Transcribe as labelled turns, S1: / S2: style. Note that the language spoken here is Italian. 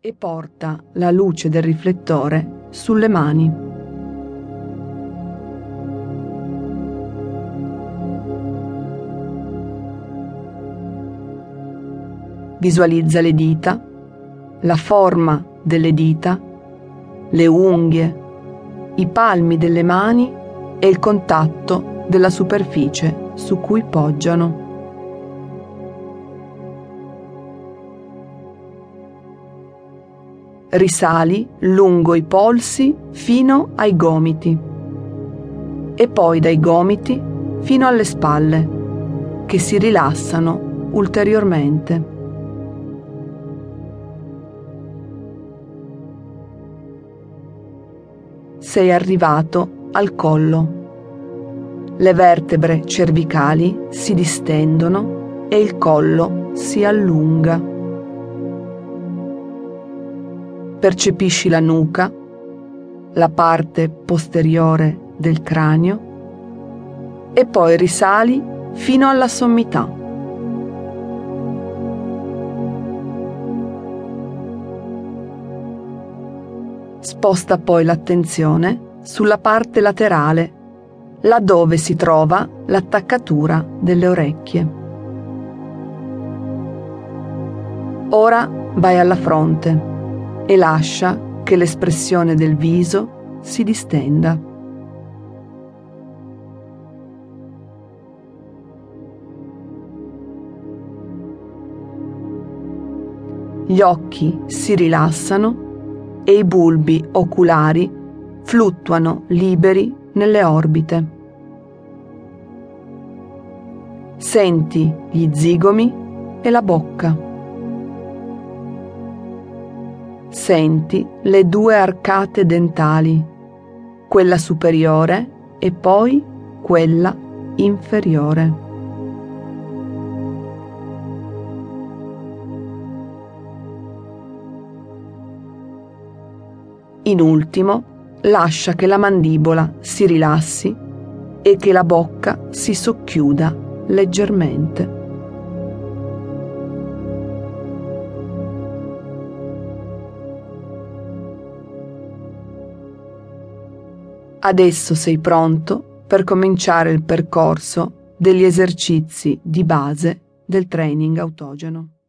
S1: e porta la luce del riflettore sulle mani. Visualizza le dita, la forma delle dita, le unghie, i palmi delle mani e il contatto della superficie su cui poggiano. Risali lungo i polsi fino ai gomiti e poi dai gomiti fino alle spalle, che si rilassano ulteriormente. Sei arrivato al collo. Le vertebre cervicali si distendono e il collo si allunga. Percepisci la nuca, la parte posteriore del cranio e poi risali fino alla sommità. Sposta poi l'attenzione sulla parte laterale, laddove si trova l'attaccatura delle orecchie. Ora vai alla fronte e lascia che l'espressione del viso si distenda. Gli occhi si rilassano e i bulbi oculari fluttuano liberi nelle orbite. Senti gli zigomi e la bocca. Senti le due arcate dentali, quella superiore e poi quella inferiore. In ultimo, lascia che la mandibola si rilassi e che la bocca si socchiuda leggermente. Adesso sei pronto per cominciare il percorso degli esercizi di base del training autogeno.